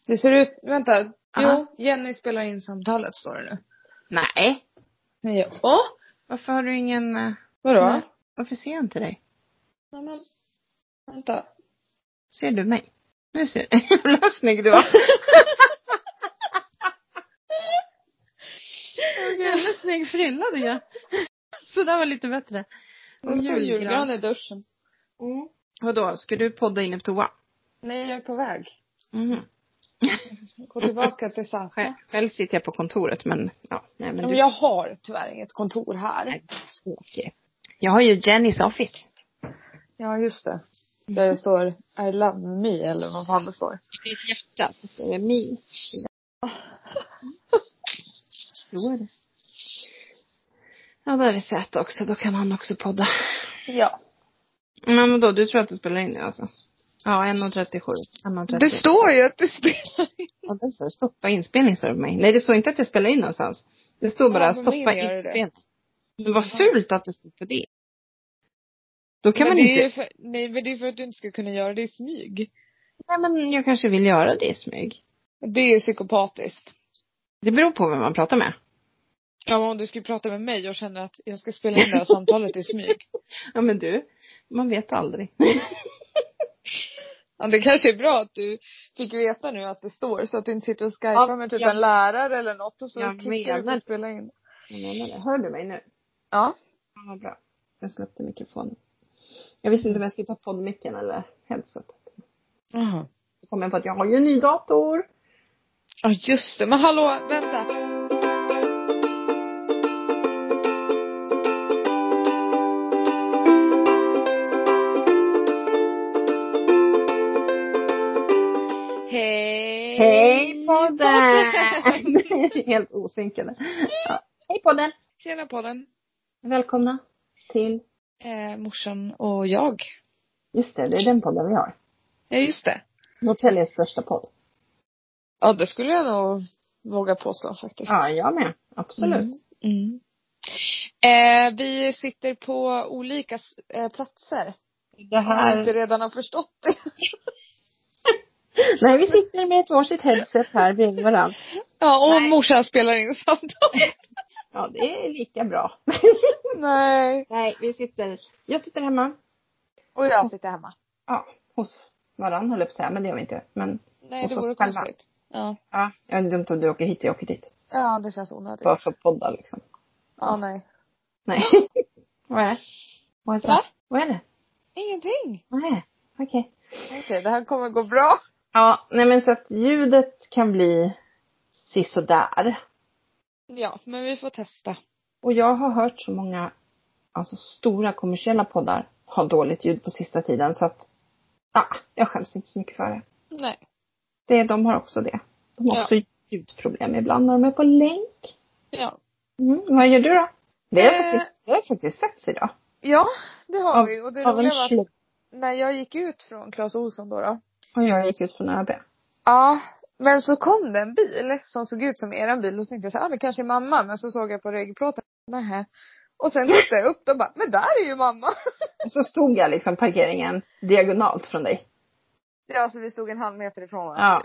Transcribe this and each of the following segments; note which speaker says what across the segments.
Speaker 1: Det ser ut, vänta. Jo, Jenny spelar in samtalet, står det nu.
Speaker 2: Nej.
Speaker 1: Ja.
Speaker 2: Varför har du ingen...
Speaker 1: Vadå?
Speaker 2: Nej. Varför ser jag inte dig?
Speaker 1: Nej, men, vänta.
Speaker 2: Ser du mig? Nu ser du. Jävla snygg du var. Jävla snygg frilla du gör. Så det var lite bättre.
Speaker 1: Och julgran i duschen.
Speaker 2: Mm. Vadå? Ska du podda inne på toa?
Speaker 1: Nej, jag är på väg.
Speaker 2: Mm.
Speaker 1: Gå tillbaka till Sanka.
Speaker 2: Själv sitter jag på kontoret, men ja. Nej, men
Speaker 1: jag har tyvärr inget kontor här.
Speaker 2: Nej, okej. Jag har ju Jennys office.
Speaker 1: Ja, just det. Där det står I love me, eller vad fan det står.
Speaker 2: Det är ett hjärta, så står det me. Så är det. Ja, där är sett också. Då kan han också podda.
Speaker 1: Ja.
Speaker 2: Men vadå, du tror att du spelar in nu alltså? Ja, 1.37. 1.30.
Speaker 1: Det står ju att du spelar in.
Speaker 2: Ja, det står stoppa inspelning, står det på mig. Nej, det står inte att jag spelar in någonstans. Det står bara stoppa inspelning. Det var fult att det stod för det. Då kan man inte...
Speaker 1: Nej, men det är för att du inte ska kunna göra det i smyg.
Speaker 2: Nej, men jag kanske vill göra det i smyg.
Speaker 1: Det är psykopatiskt.
Speaker 2: Det beror på vem man pratar med.
Speaker 1: Ja, men om du ska prata med mig och känner att jag ska spela in det här samtalet i smyg.
Speaker 2: Ja, men du, man vet aldrig.
Speaker 1: Ja, det kanske är bra att du fick veta nu att det står, så att du inte sitter och skypar med typ en lärare eller något och så klickar du och spela in.
Speaker 2: Jag menar det. Hör du mig nu?
Speaker 1: Ja.
Speaker 2: Ja, vad bra. Jag släppte mikrofonen. Jag visste inte om jag skulle ta poddmicken eller headsetet.
Speaker 1: Jaha.
Speaker 2: Så kom jag på att jag har ju en ny dator.
Speaker 1: Ja, just det. Men hallå, vänta. Hej.
Speaker 2: Hej podden. Helt osynkade. Ja. Hej podden.
Speaker 1: Tjena podden.
Speaker 2: Välkomna till
Speaker 1: morsan och jag.
Speaker 2: Just det är den podden vi har.
Speaker 1: Ja, just det.
Speaker 2: Norrtäljes största podd.
Speaker 1: Ja, det skulle jag nog våga påstå faktiskt.
Speaker 2: Ja, jag med. Absolut.
Speaker 1: Vi sitter på olika platser.
Speaker 2: Det här...
Speaker 1: Om inte redan har förstått det.
Speaker 2: Nej, vi sitter med ett varsitt headset här bredvid varandra.
Speaker 1: Ja, och morsan spelar in samtal.
Speaker 2: Ja, det är lika bra.
Speaker 1: Nej,
Speaker 2: jag sitter hemma.
Speaker 1: Och jag sitter hemma.
Speaker 2: Ja, hos varann höll jag på att säga, men det gör vi inte. Men
Speaker 1: nej, det vore konstigt. Ja,
Speaker 2: jag är dumt om du åker hit och jag åker dit.
Speaker 1: Ja, det känns onödigt.
Speaker 2: Bara för poddar liksom.
Speaker 1: Ja, nej.
Speaker 2: Vad är det? Vad är det?
Speaker 1: Ingenting.
Speaker 2: Nej, okej.
Speaker 1: Okej, det här kommer gå bra.
Speaker 2: Ja, nej men så att ljudet kan bli sisådär.
Speaker 1: Ja, men vi får testa.
Speaker 2: Och jag har hört så många stora kommersiella poddar ha dåligt ljud på sista tiden. Så att jag skäms inte så mycket för det.
Speaker 1: Nej.
Speaker 2: De har också det. De har också ljudproblem ibland när de är på länk.
Speaker 1: Ja.
Speaker 2: Vad gör du då? Det har faktiskt setts idag.
Speaker 1: Ja, det har vi. Och det roliga var att när jag gick ut från Clas Ohlson då.
Speaker 2: Och jag gick ut från ÖB.
Speaker 1: Ja, men så kom det en bil som såg ut som eran bil. Och tänkte jag så det kanske är mamma. Men så såg jag på regelplåten. Nej. Och sen tittade jag upp och bara, men där är ju mamma.
Speaker 2: Och så stod jag liksom parkeringen diagonalt från dig.
Speaker 1: Ja, så vi stod 1,5 meter ifrån varandra.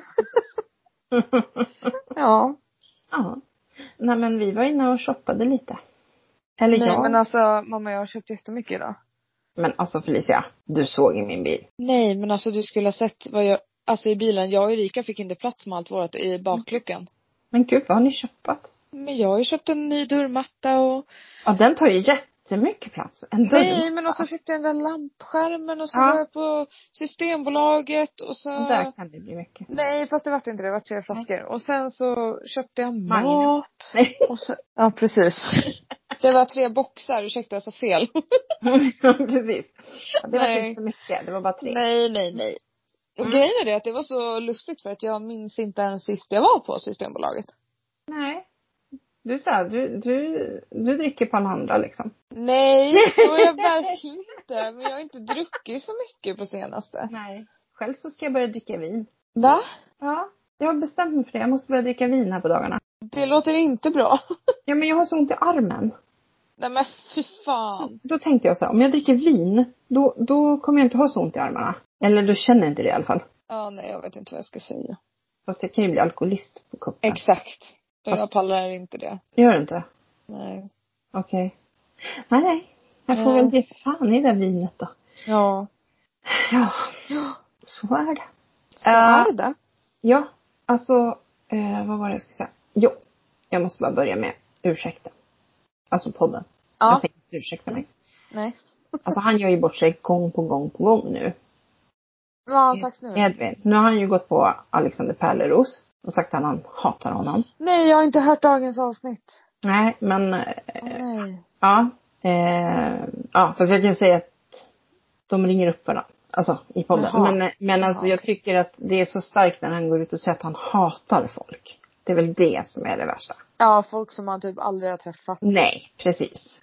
Speaker 2: Ja.
Speaker 1: Ja.
Speaker 2: Ja. Nej, men vi var inne och shoppade lite. Eller
Speaker 1: nej, men alltså, mamma, jag har köpt jättemycket idag.
Speaker 2: Men alltså Felicia, du såg i min bil.
Speaker 1: Nej, men alltså du skulle ha sett vad jag, alltså i bilen, jag och Erika fick inte plats med allt vårat i bakluckan.
Speaker 2: Men gud, vad har ni köpt?
Speaker 1: Men jag har ju köpt en ny dörrmatta och...
Speaker 2: Ja, den tar ju jättemycket plats.
Speaker 1: Nej, men också köpte jag den där lampskärmen och så var jag på Systembolaget och så...
Speaker 2: Där kan det bli mycket.
Speaker 1: Nej, fast det var inte det var 3 flaskor. Och sen så köpte jag mat. Och så... Ja, precis. Det var 3 boxar, ursäkta jag sa fel.
Speaker 2: Precis. Ja, det var inte så mycket, det var bara 3.
Speaker 1: Nej. Och grejen är det att det var så lustigt för att jag minns inte ens sist jag var på Systembolaget.
Speaker 2: Nej. Du sa, du dricker på en andra liksom.
Speaker 1: Nej, det var jag verkligen inte. Men jag har inte druckit så mycket på senaste.
Speaker 2: Nej. Själv så ska jag börja dricka vin.
Speaker 1: Va?
Speaker 2: Ja, jag har bestämt mig för det. Jag måste börja dricka vin här på dagarna.
Speaker 1: Det låter inte bra.
Speaker 2: Ja, men jag har så ont i armen.
Speaker 1: Nej, men fy fan.
Speaker 2: Då tänkte jag så här, om jag dricker vin, då kommer jag inte ha så ont i armarna. Eller du känner inte det i alla fall.
Speaker 1: Ja, nej, jag vet inte vad jag ska säga.
Speaker 2: Fast jag kan ju bli alkoholist på kuppen.
Speaker 1: Exakt. Och jag pallar inte det.
Speaker 2: Gör du inte?
Speaker 1: Nej.
Speaker 2: Okej. Nej. Jag får väl ge fan i det vinet då.
Speaker 1: Ja.
Speaker 2: Ja. Så är det.
Speaker 1: Så är det.
Speaker 2: Ja. Alltså. Vad var det jag skulle säga? Jo. Jag måste bara börja med ursäkten. Alltså podden.
Speaker 1: Ja.
Speaker 2: Jag tänkte inte ursäkta mig.
Speaker 1: Nej.
Speaker 2: Alltså han gör ju bort sig gång på gång nu.
Speaker 1: Vad har han sagt nu?
Speaker 2: Edvin. Nu har han ju gått på Alexander Pärleros. Och sagt att han hatar honom.
Speaker 1: Nej, jag har inte hört dagens avsnitt.
Speaker 2: Nej, men.
Speaker 1: Nej.
Speaker 2: Ja. Ja, fast jag kan säga att de ringer upp varandra. Alltså i podden. Men alltså jag tycker att det är så starkt när han går ut och säger att han hatar folk. Det är väl det som är det värsta.
Speaker 1: Ja, folk som man typ aldrig har träffat.
Speaker 2: Nej, precis.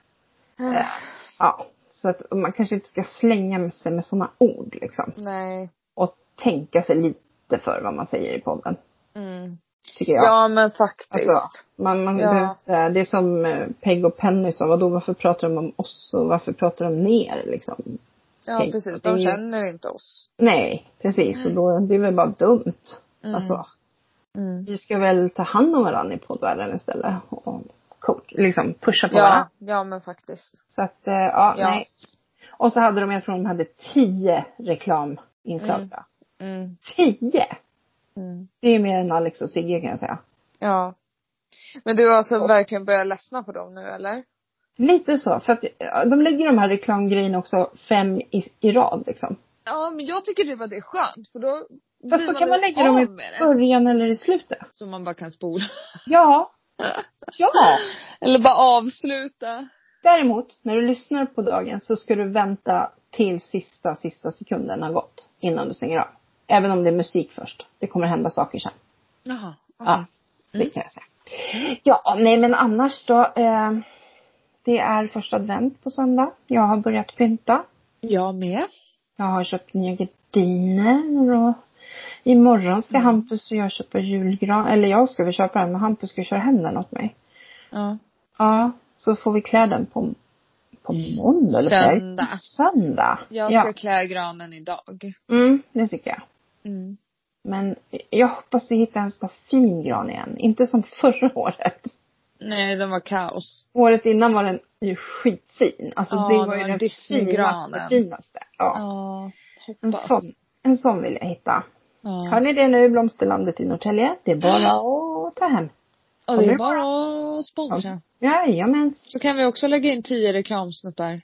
Speaker 2: Ja, så att man kanske inte ska slänga sig med sådana ord liksom.
Speaker 1: Nej.
Speaker 2: Och tänka sig lite för vad man säger i podden.
Speaker 1: Mm.
Speaker 2: Tycker jag.
Speaker 1: Ja, men faktiskt.
Speaker 2: Alltså, man behöver, det är som Peg och Penny sa. Vadå, varför pratar de om oss och varför pratar de ner liksom?
Speaker 1: Ja, Peg, precis. De känner inte oss.
Speaker 2: Nej, precis. Och då, det är väl bara dumt. Alltså. Vi ska väl ta hand om varandra i poddvärlden istället. Och liksom pusha på varandra.
Speaker 1: Ja, men faktiskt.
Speaker 2: Så att, nej. Och så hade jag tror de hade 10 reklaminslag. 10! Det är mer än Alex och Sigge kan jag säga.
Speaker 1: Ja. Men du har alltså verkligen börjat ledsna på dem nu, eller?
Speaker 2: Lite så. För att de lägger de här reklamgrejerna också 5 i rad liksom.
Speaker 1: Ja, men jag tycker typ att det är skönt. För då
Speaker 2: fast då kan man lägga dem i början eller i slutet.
Speaker 1: Så man bara kan spola.
Speaker 2: Ja.
Speaker 1: Eller bara avsluta.
Speaker 2: Däremot, när du lyssnar på dagen så ska du vänta till sista sekunden har gått. Innan du stänger av. Även om det är musik först. Det kommer hända saker sen.
Speaker 1: Jaha, okay.
Speaker 2: Ja, det kan jag säga. Ja, nej men annars då. Det är första advent på söndag. Jag har börjat pynta.
Speaker 1: Jag med.
Speaker 2: Jag har köpt nya gardiner. Och imorgon ska Hampus och jag köpa julgran. Eller jag ska väl köpa den. Men Hampus ska köra hem den åt mig.
Speaker 1: Ja.
Speaker 2: Ja, så får vi klä den på måndag eller söndag.
Speaker 1: Jag ska klä granen idag.
Speaker 2: Det tycker jag. Men jag hoppas vi hittar en sån fin gran igen. Inte som förra året.
Speaker 1: Nej, den var kaos.
Speaker 2: Året innan var den ju skitfin. Alltså det var ju den finaste.
Speaker 1: Ja,
Speaker 2: en sån vill jag hitta. Har ni det nu i Blomsterlandet i Norrtälje? Det är bara att ta hem.
Speaker 1: Och det är bara att sponsra.
Speaker 2: Jajamän.
Speaker 1: Så kan vi också lägga in 10 reklamsnuttar.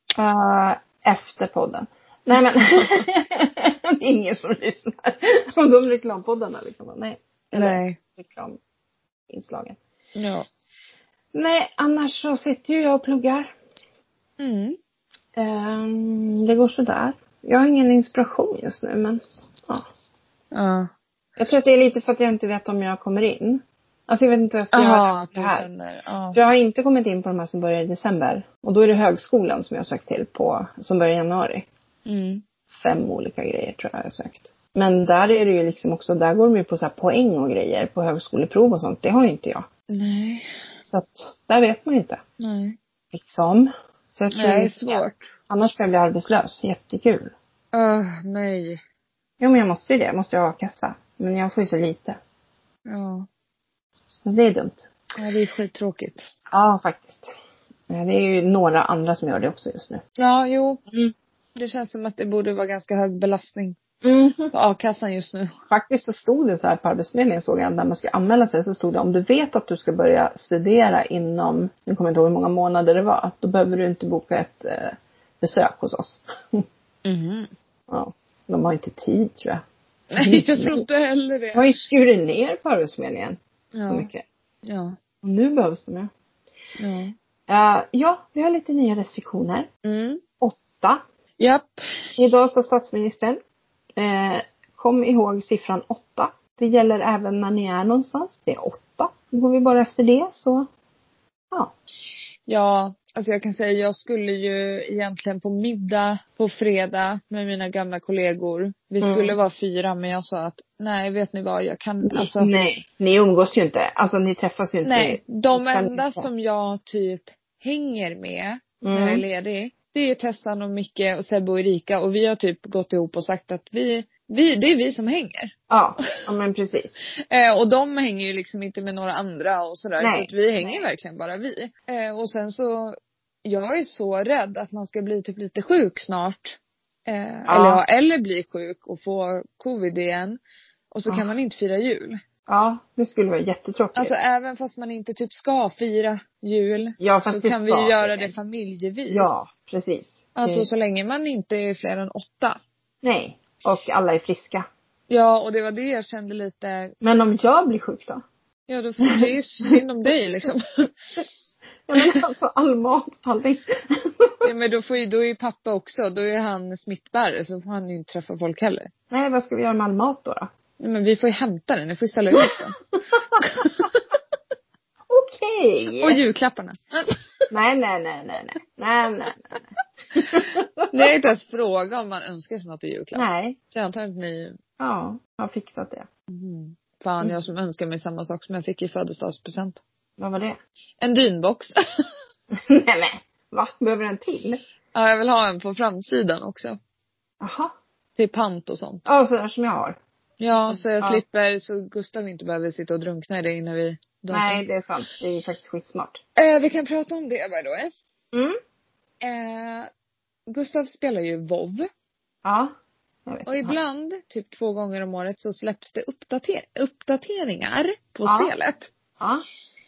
Speaker 2: Efter podden. Nej men. Det är ingen som lyssnar. Om de reklampoddarna liksom. Nej. Reklaminslagen.
Speaker 1: Ja.
Speaker 2: Nej, annars så sitter ju jag och pluggar. Det går sådär. Jag har ingen inspiration just nu, men ja. Jag tror att det är lite för att jag inte vet om jag kommer in. Alltså jag vet inte vad jag ska göra det här. För jag har inte kommit in på de här som börjar i december. Och då är det högskolan som jag har sökt till på, som börjar i januari. 5 olika grejer tror jag har sökt. Men där är det ju liksom också, där går de ju på så här poäng och grejer på högskoleprov och sånt. Det har ju inte jag.
Speaker 1: Nej.
Speaker 2: Så att, där vet man inte.
Speaker 1: Nej.
Speaker 2: Liksom. Så jag tror
Speaker 1: det är svårt.
Speaker 2: Annars ska jag bli arbetslös. Jättekul.
Speaker 1: Nej.
Speaker 2: Jo men jag måste ju det. Jag måste ju ha kassa. Men jag får ju så lite.
Speaker 1: Ja.
Speaker 2: Så det är dumt.
Speaker 1: Ja, det är skittråkigt.
Speaker 2: Ja, faktiskt. Det är ju några andra som gör det också just nu.
Speaker 1: Ja, jo. Det känns som att det borde vara ganska hög belastning på A-kassan just nu.
Speaker 2: Faktiskt så stod det så här på Arbetsförmedlingen, såg jag, när man ska anmäla sig så stod det, om du vet att du ska börja studera inom, nu kommer jag inte ihåg hur många månader det var, då behöver du inte boka ett besök hos oss. Ja, de har inte tid tror jag.
Speaker 1: Nej, jag tror inte heller det.
Speaker 2: De har ju skurit ner på Arbetsförmedlingen så mycket.
Speaker 1: Ja.
Speaker 2: Och nu behövs de ju. Ja, vi har lite nya restriktioner. 8.
Speaker 1: Japp.
Speaker 2: Idag sa statsministern, kom ihåg siffran 8. Det gäller även när ni är någonstans. Det är 8. Då går vi bara efter det så. Ja.
Speaker 1: Ja, alltså jag kan säga, jag skulle ju egentligen på middag på fredag med mina gamla kollegor. Vi skulle vara 4, men jag sa att nej, vet ni vad, jag kan alltså. Nej,
Speaker 2: ni umgås ju inte. Alltså ni träffas ju inte.
Speaker 1: Nej, de enda som jag typ hänger med när jag är ledig, det är ju Tessan och Micke och Sebbe och Erika. Och vi har typ gått ihop och sagt att vi det är vi som hänger.
Speaker 2: Ja men precis.
Speaker 1: Och de hänger ju liksom inte med några andra och sådär. Nej, så att vi hänger verkligen bara vi. Och sen så, jag är så rädd att man ska bli typ lite sjuk snart. Eller bli sjuk och få covid igen. Och så kan man inte fira jul.
Speaker 2: Ja, det skulle vara jättetråkigt.
Speaker 1: Alltså även fast man inte typ ska fira jul.
Speaker 2: Ja, fast
Speaker 1: så kan vi ju göra det familjevis.
Speaker 2: Ja, precis.
Speaker 1: Alltså så länge man inte är fler än 8.
Speaker 2: Nej, och alla är friska.
Speaker 1: Ja, och det var det jag kände lite.
Speaker 2: Men om jag blir sjuk då?
Speaker 1: Ja, då får det ju synd om dig liksom.
Speaker 2: Ja, men alltså all mat, allting.
Speaker 1: Ja, men då är ju pappa också. Då är han smittbärare, så får han ju inte träffa folk heller.
Speaker 2: Nej, vad ska vi göra med all mat då?
Speaker 1: Nej, men vi får ju hämta den. Vi får ju ställa ut den.
Speaker 2: Okej.
Speaker 1: Och julklapparna.
Speaker 2: Nej.
Speaker 1: Det är inte ens fråga om man önskar sig något i julklapp.
Speaker 2: Nej.
Speaker 1: Så jag antar att ni.
Speaker 2: Ja, jag har fixat det.
Speaker 1: Fan, jag som önskar mig samma sak som jag fick i födelsedagspresent.
Speaker 2: Vad var det?
Speaker 1: En dynbox.
Speaker 2: Nej, va? Behöver en till?
Speaker 1: Ja, jag vill ha en på framsidan också.
Speaker 2: Jaha.
Speaker 1: Till pant och sånt.
Speaker 2: Ja, så där som jag har.
Speaker 1: Ja, så jag slipper, så Gustav inte behöver sitta och drunkna i det innan vi dator.
Speaker 2: Nej, det är sant. Det är faktiskt skitsmart.
Speaker 1: Vi kan prata om det, by the way. Gustav spelar ju WoW.
Speaker 2: Ja.
Speaker 1: Och ibland, typ 2 gånger om året, så släpps det uppdateringar på spelet.
Speaker 2: Ja.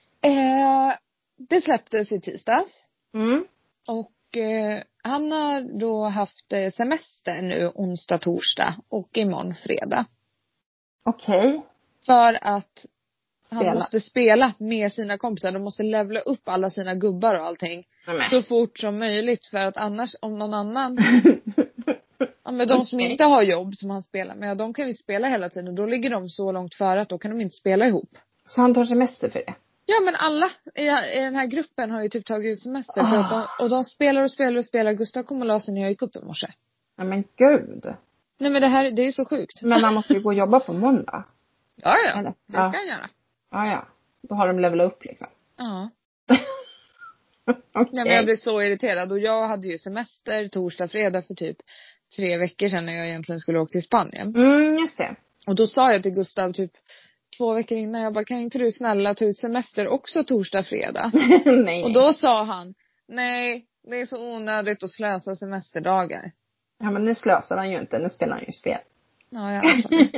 Speaker 1: Det släpptes i tisdags. Och han har då haft semester nu onsdag, torsdag och imorgon fredag.
Speaker 2: Okej.
Speaker 1: För att han måste spela med sina kompisar. De måste levla upp alla sina gubbar och allting. Så fort som möjligt. För att annars, om någon annan ja, men de som inte har jobb som han spelar med, de kan ju spela hela tiden. Och då ligger de så långt före att då kan de inte spela ihop.
Speaker 2: Så han tar semester för det?
Speaker 1: Ja, men alla i den här gruppen har ju typ tagit ut semester. För att de spelar. Gustav kom och la sig när jag gick upp i morse.
Speaker 2: Ja, men gud.
Speaker 1: Nej, men det är så sjukt.
Speaker 2: Men han måste ju gå och jobba på måndag.
Speaker 1: Ja. Eller? Det ska han göra.
Speaker 2: Ja. Då har de levelat upp liksom.
Speaker 1: Ja.
Speaker 2: Okay.
Speaker 1: Nej, men jag blev så irriterad. Och jag hade ju semester torsdag, fredag för typ 3 veckor sedan när jag egentligen skulle åka till Spanien.
Speaker 2: Just det.
Speaker 1: Och då sa jag till Gustav typ 2 veckor innan, jag bara, kan inte du snälla ta ut semester också torsdag, fredag?
Speaker 2: Nej.
Speaker 1: Och då sa han, nej, det är så onödigt att slösa semesterdagar.
Speaker 2: Ja, men nu slösar han ju inte, nu spelar han ju spel.
Speaker 1: Ja, jag antar det.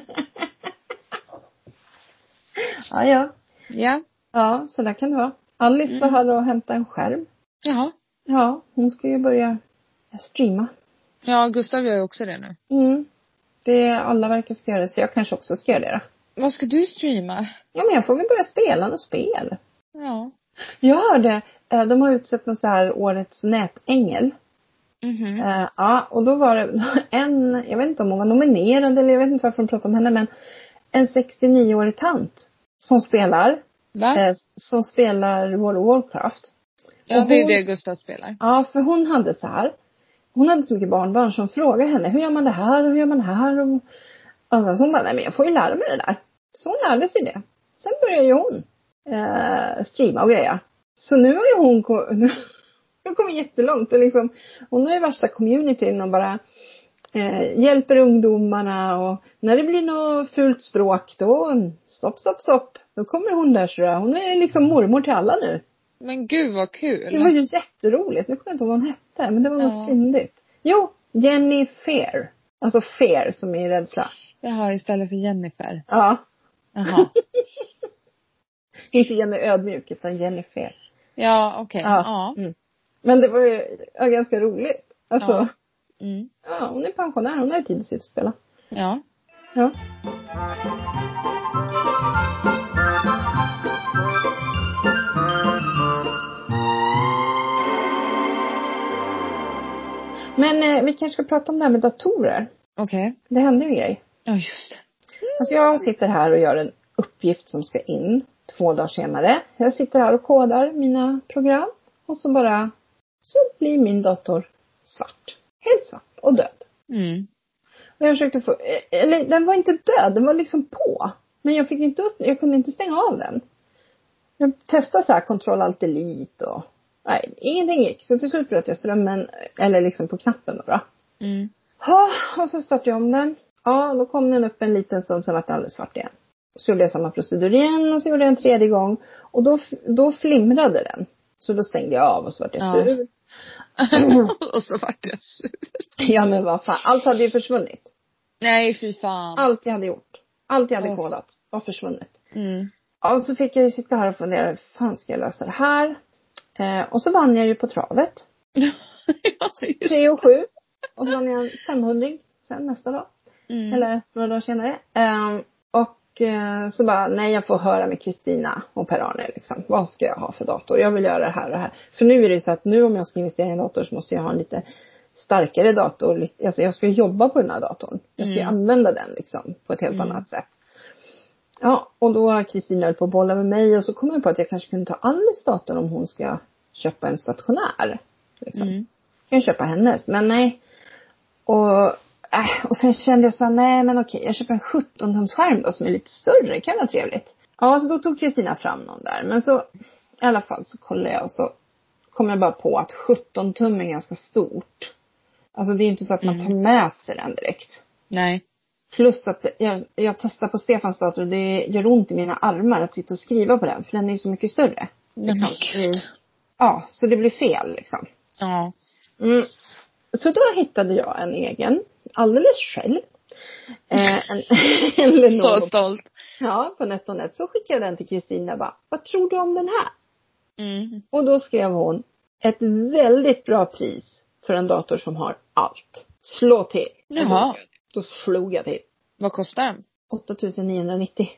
Speaker 2: Ja.
Speaker 1: Ja.
Speaker 2: Ja, så där kan det vara. Alice var här och hämta en skärm.
Speaker 1: Jaha.
Speaker 2: Ja, hon ska ju börja streama.
Speaker 1: Ja, Gustav gör ju också det nu.
Speaker 2: Alla verkar ska göra det, så jag kanske också ska göra det.
Speaker 1: Vad ska du streama?
Speaker 2: Ja, men jag får väl börja spela något spel.
Speaker 1: Ja.
Speaker 2: Jag hörde, de har utsett någon så här årets nätängel. Ja, och då var det jag vet inte om hon var nominerad eller jag vet inte varför de pratade om henne, men en 69-årig tant som spelar.
Speaker 1: Va?
Speaker 2: Som spelar World of Warcraft.
Speaker 1: Ja, det är det Gustav spelar.
Speaker 2: Ja, för hon hade så här. Hon hade så mycket barnbarn som frågade henne, hur gör man det här och hur gör man det här? Och så hon bara, nej men jag får ju lära mig det där. Så hon lärde sig det. Sen började ju hon streama och greja. Så nu har ju hon kommit jättelångt. Och liksom, hon har ju värsta communityn och bara hjälper ungdomarna. Och när det blir något fult språk då, stopp. Då kommer hon där så hon är liksom mormor till alla nu.
Speaker 1: Men gud vad kul.
Speaker 2: Det var ju jätteroligt. Nu kommer jag inte ihåg vad hon hette, men det var något fyndigt. Jo, Jenny Fair. Alltså Fair som är rädsla.
Speaker 1: Jaha, istället för Jennifer.
Speaker 2: Ja.
Speaker 1: Jaha.
Speaker 2: Inte Jenny ödmjuk utan Jenny Fair.
Speaker 1: Ja, okej. Ja.
Speaker 2: Men det var ju ganska roligt. Alltså.
Speaker 1: Ja,
Speaker 2: hon är pensionär. Hon har tid att sitta och spela.
Speaker 1: Ja.
Speaker 2: Men vi kanske ska prata om det här med datorer.
Speaker 1: Okej.
Speaker 2: Det hände ju en grej.
Speaker 1: Ja, just det.
Speaker 2: Alltså jag sitter här och gör en uppgift som ska in 2 dagar senare. Jag sitter här och kodar mina program. Och så blir min dator svart. Helt svart och död. Och jag försökte den var inte död, den var liksom på. Men jag kunde inte stänga av den. Jag testade så här Ctrl Alt Delete och nej, ingenting gick. Så till slut bröt jag strömmen, eller liksom på knappen då. Ja, och så startade jag om den. Ja, då kom den upp en liten stund, så var det alldeles svart igen. Så gjorde jag samma procedur igen och så gjorde jag en tredje gång. Och då flimrade den. Så då stängde jag av och så var jag sur.
Speaker 1: Och så var jag sur.
Speaker 2: Ja, men vad fan. Allt hade ju försvunnit.
Speaker 1: Nej, fy fan.
Speaker 2: Allt jag hade gjort. Allt jag hade kodat var försvunnit. Ja, och så fick jag ju sitta här och fundera. Hur fan ska jag lösa det här? Och så vann jag ju på travet. 3,7. Och så vann jag en 500 sen nästa dag. Eller några dagar senare. Så bara, nej, jag får höra med Kristina och Per-Arne liksom. Vad ska jag ha för dator? Jag vill göra det här och det här. För nu är det så att nu om jag ska investera i en dator så måste jag ha en lite starkare dator. Alltså jag ska jobba på den här datorn. Jag ska använda den liksom på ett helt annat sätt. Ja, och då har Kristina höll på att bolla med mig. Och så kom jag på att jag kanske kunde ta Alice dator om hon ska köpa en stationär. Liksom. Jag kan köpa hennes, men nej. Och sen kände jag så här, nej men okej, jag köper en 17-tums skärm då som är lite större, det kan vara trevligt. Ja, så då tog Kristina fram någon där. Men så, i alla fall så kollade jag och så kom jag bara på att 17 tum är ganska stort. Alltså det är ju inte så att man tar med sig den direkt.
Speaker 1: Nej.
Speaker 2: Plus att jag testar på Stefans dator och det gör ont i mina armar att sitta och skriva på den. För den är ju så mycket större. Liksom. Ja, så det blir fel liksom.
Speaker 1: Ja.
Speaker 2: Så då hittade jag en egen, alldeles själv. En Lenovo.
Speaker 1: Så stolt.
Speaker 2: Ja, på NetOnNet. Så skickade jag den till Kristina och bara, vad tror du om den här? Och då skrev hon ett väldigt bra pris för en dator som har allt. Slå till.
Speaker 1: Jaha.
Speaker 2: Då slog jag till.
Speaker 1: Vad kostar den?
Speaker 2: 8,990.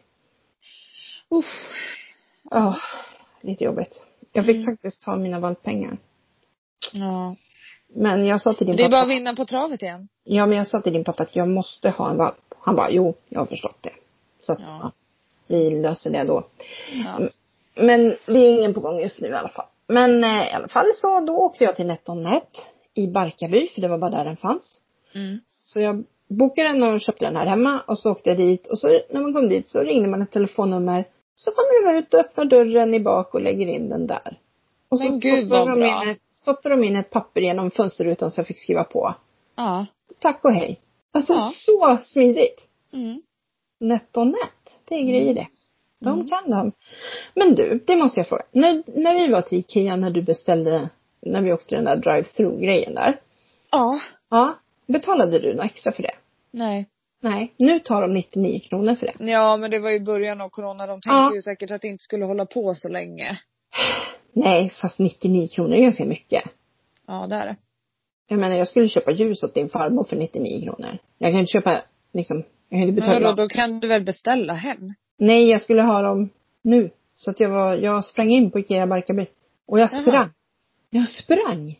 Speaker 2: Ja, lite jobbigt. Jag fick faktiskt ta mina valppengar.
Speaker 1: Ja.
Speaker 2: Men jag sa till din pappa.
Speaker 1: Det är bara att vinna på travet igen.
Speaker 2: Ja, men jag sa till din pappa att jag måste ha en valp. Han bara, jo, jag har förstått det. Så att vi löser det då. Ja. Men det är ingen på gång just nu i alla fall. Men i alla fall så då åkte jag till NetOnNet i Barkarby. För det var bara där den fanns. Så jag bokade den och köpte den här hemma. Och så åkte jag dit. Och så när man kom dit så ringde man ett telefonnummer. Så kommer de ut och öppnar dörren i bak och lägger in den där. Och så
Speaker 1: men gud vad bra.
Speaker 2: Stoppade de in ett papper genom fönsterrutan så jag fick skriva på.
Speaker 1: Ja.
Speaker 2: Tack och hej. Alltså så smidigt. NetOnNet, det är grejer det. De kan dem. Men du, det måste jag fråga. När vi var till Ikea, när du beställde, när vi åkte den där drive-thru-grejen där.
Speaker 1: Ja.
Speaker 2: Ja, betalade du något extra för det?
Speaker 1: Nej.
Speaker 2: Nej, nu tar de 99 kronor för det.
Speaker 1: Ja, men det var ju början av corona. De tänkte ju säkert att det inte skulle hålla på så länge.
Speaker 2: Nej, fast 99 kronor är ganska mycket.
Speaker 1: Ja, det är det.
Speaker 2: Jag menar, jag skulle köpa ljus åt din farmor för 99 kronor. Jag kan inte köpa, liksom, jag kan inte betala.
Speaker 1: Men då kan du väl beställa hem?
Speaker 2: Nej, jag skulle ha dem nu. Så att jag sprang in på Ikea Barkarby. Och jag sprang. Jaha. Jag sprang.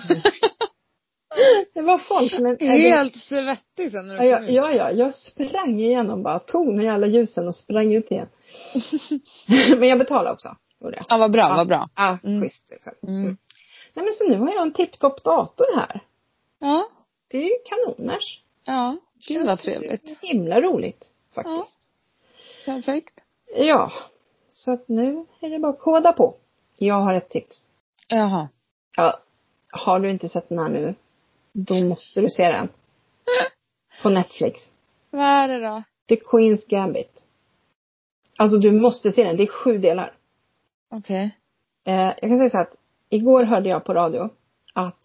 Speaker 2: Det var folk. Men
Speaker 1: helt svettig sen när du kom ut.
Speaker 2: Jag sprang igenom bara. Tog den jävla ljusen och sprang ut igen. Men jag betalade också.
Speaker 1: Ja, vad bra, vad bra.
Speaker 2: Ja, schysst liksom. Nej, men så nu har jag en tipptopp dator här.
Speaker 1: Ja.
Speaker 2: Det är ju kanoners.
Speaker 1: Ja, gud vad trevligt.
Speaker 2: Himla roligt faktiskt.
Speaker 1: Ja. Perfekt.
Speaker 2: Ja, så att nu är det bara att koda på. Jag har ett tips.
Speaker 1: Jaha.
Speaker 2: Ja, har du inte sett den här nu, då måste du se den. På Netflix.
Speaker 1: Vad är det då?
Speaker 2: The Queen's Gambit. Alltså du måste se den, det är 7 delar.
Speaker 1: Okej.
Speaker 2: Jag kan säga så att igår hörde jag på radio att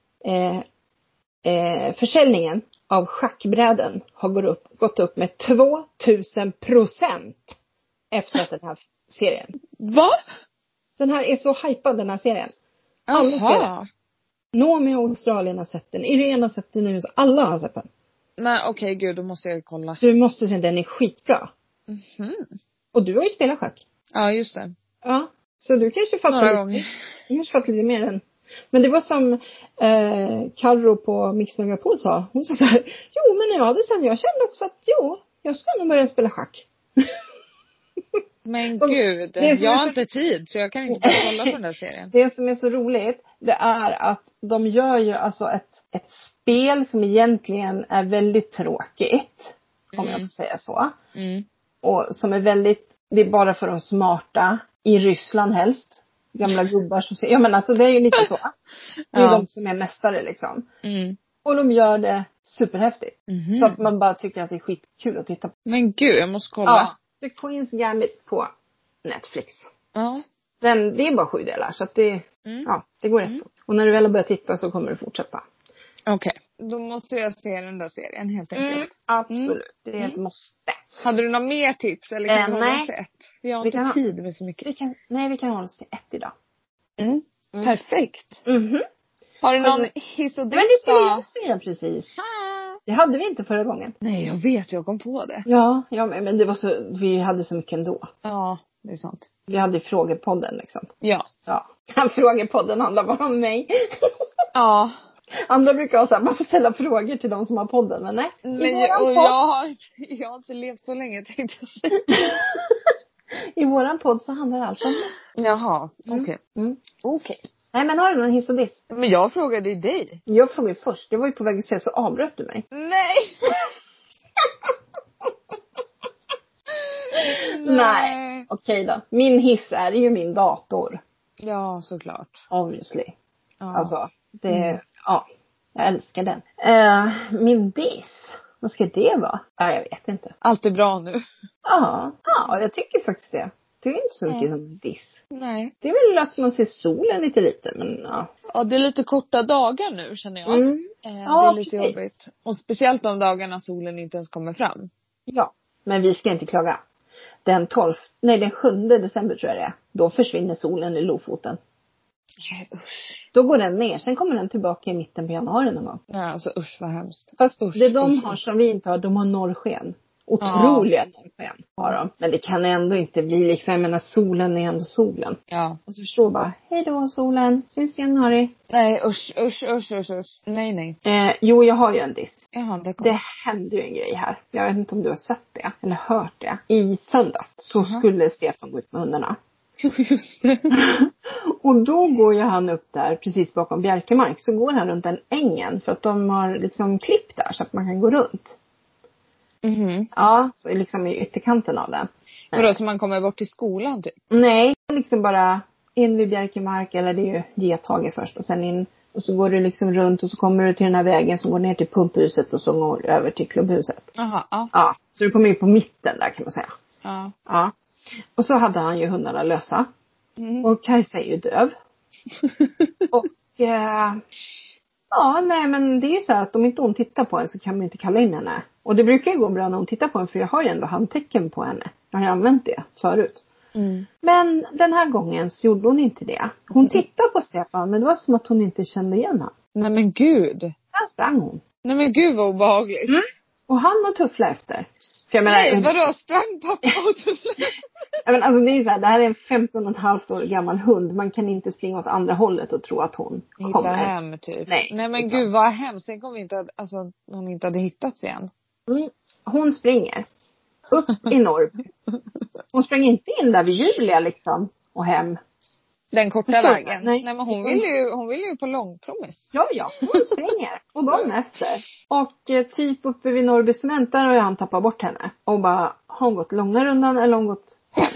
Speaker 2: försäljningen av schackbräden har gått upp med 2000% efter att den här serien.
Speaker 1: Va?
Speaker 2: Den här är så hypad, den här serien. Alla ser den. Noomi i Australien har sett den. Irene har sett den nu. Alla har sett den.
Speaker 1: Men okej, gud, då måste jag kolla.
Speaker 2: Du måste se den, är skitbra. Och du har ju spelat schack.
Speaker 1: Ja, just det.
Speaker 2: Ja, så du kanske fattar lite mer än. Men det var som Karro på Mix Megapol sa. Hon sa så här, jo men jag kände också att jag ska nog börja spela schack.
Speaker 1: Men gud, jag har inte tid så jag kan inte bara kolla på den där serien.
Speaker 2: Det som är så roligt, det är att de gör ju alltså ett spel som egentligen är väldigt tråkigt. Om jag får säga så. Och som är väldigt, det är bara för de smarta. I Ryssland helst. Gamla gubbar som säger, ja men alltså det är ju lite så. Det är de som är mästare liksom. Och de gör det superhäftigt. Så att man bara tycker att det är skitkul att titta på.
Speaker 1: Men gud, jag måste kolla.
Speaker 2: Ja, The Queen's Gambit på Netflix.
Speaker 1: Ja.
Speaker 2: Det är bara 7 delar. Så att det går rätt fort. Och när du väl har börjat titta så kommer du fortsätta.
Speaker 1: Okej. Då måste jag se den där serien helt enkelt.
Speaker 2: Absolut. Det är ett måste.
Speaker 1: Hade du några mer tips? Eller kan vi hålla oss till ett? Vi har inte tid med så mycket.
Speaker 2: Vi kan hålla oss till ett idag.
Speaker 1: Perfekt. Har du någon hiss och diss?
Speaker 2: Men det skulle jag säga precis. Det hade vi inte förra gången.
Speaker 1: Nej, jag vet. Jag kom på det.
Speaker 2: Ja men det var så, vi hade så mycket ändå.
Speaker 1: Ja, det är sant.
Speaker 2: Vi hade frågepodden liksom.
Speaker 1: Ja.
Speaker 2: Frågepodden handlar bara om mig.
Speaker 1: Ja.
Speaker 2: Andra brukar ha så här, man får ställa frågor till de som har podden, men nej.
Speaker 1: Jag har inte levt så länge, tänkte jag säga.
Speaker 2: I våran podd så handlar det alltså om det.
Speaker 1: Jaha, okej.
Speaker 2: Okej. Nej, men har du någon hiss och diss?
Speaker 1: Men jag frågade ju dig.
Speaker 2: Jag frågade först. Jag var ju på väg att säga så avbröt du mig.
Speaker 1: Nej.
Speaker 2: Nej. Okej då. Min hiss är ju min dator.
Speaker 1: Ja, såklart.
Speaker 2: Obviously. Ja. Alltså, jag älskar den. Min diss. Vad ska det vara? Ja, jag vet inte.
Speaker 1: Allt är bra nu.
Speaker 2: Ja, jag tycker faktiskt det. Det är inte så mycket som diss.
Speaker 1: Nej.
Speaker 2: Det är väl att man ser solen lite, men ja.
Speaker 1: Ja, det är lite korta dagar nu, känner jag. Det är lite jobbigt. Och speciellt de dagarna solen inte ens kommer fram.
Speaker 2: Ja, men vi ska inte klaga. Den 7 december tror jag det är. Då försvinner solen i Lofoten.
Speaker 1: Usch.
Speaker 2: Då går den ner. Sen kommer den tillbaka i mitten på januari någon gång.
Speaker 1: Ja, alltså usch vad hemskt.
Speaker 2: Fast det de har som vi inte har, de har norrsken. Otroliga norrsken har de. Men det kan ändå inte bli liksom, jag menar solen är ändå solen.
Speaker 1: Ja.
Speaker 2: Och så förstår bara, hej då solen, syns i januari.
Speaker 1: Nej, usch. Nej.
Speaker 2: Jo, jag har ju en diss.
Speaker 1: Jaha,
Speaker 2: det hände ju en grej här. Jag vet inte om du har sett det eller hört det. I söndags så skulle Stefan gå ut med hundarna.
Speaker 1: Just det.
Speaker 2: Och då går ju han upp där precis bakom Bjärkemark. Så går han runt den ängen. För att de har liksom klippt där så att man kan gå runt. Ja, så liksom i ytterkanten av den.
Speaker 1: Vadå, så man kommer bort till skolan typ?
Speaker 2: Nej, liksom bara in vid Bjärkemark. Eller det är ju Gethage först och sen in. Och så går du liksom runt och så kommer du till den här vägen som går ner till pumphuset och så går över till klubbhuset.
Speaker 1: Aha.
Speaker 2: Ja, så du kommer in på mitten där kan man säga.
Speaker 1: Ja.
Speaker 2: Och så hade han ju hundarna lösa. Och Kajsa är ju döv. Och nej men det är ju så här att om inte hon tittar på en så kan man inte kalla in henne. Och det brukar ju gå bra när hon tittar på en för jag har ju ändå handtecken på henne. Jag har ju använt det förut. Men den här gången så gjorde hon inte det. Hon tittade på Stefan men det var som att hon inte kände igen honom.
Speaker 1: Nej men gud.
Speaker 2: Där sprang hon.
Speaker 1: Nej men gud vad obehagligt.
Speaker 2: Och han var tuffla efter. För jag menar,
Speaker 1: nej, vadå? Sprang pappa och tuffla?
Speaker 2: Men alltså det är ju så här, det här är en 15,5 år gammal hund. Man kan inte springa åt andra hållet och tro att hon kommer.
Speaker 1: Hittar hem typ.
Speaker 2: Nej
Speaker 1: men gud vad hemskt. Tänk om hon inte hade hittats igen.
Speaker 2: Hon springer upp i Norrby. Hon springer inte in där vid Julia liksom och hem.
Speaker 1: Den korta vägen. Nej men hon vill ju på långpromis.
Speaker 2: Ja, hon springer. Och de efter. Och typ uppe vid Norrby Cement där har han tappat bort henne. Och bara, har hon gått långa rundan eller har hon gått hem?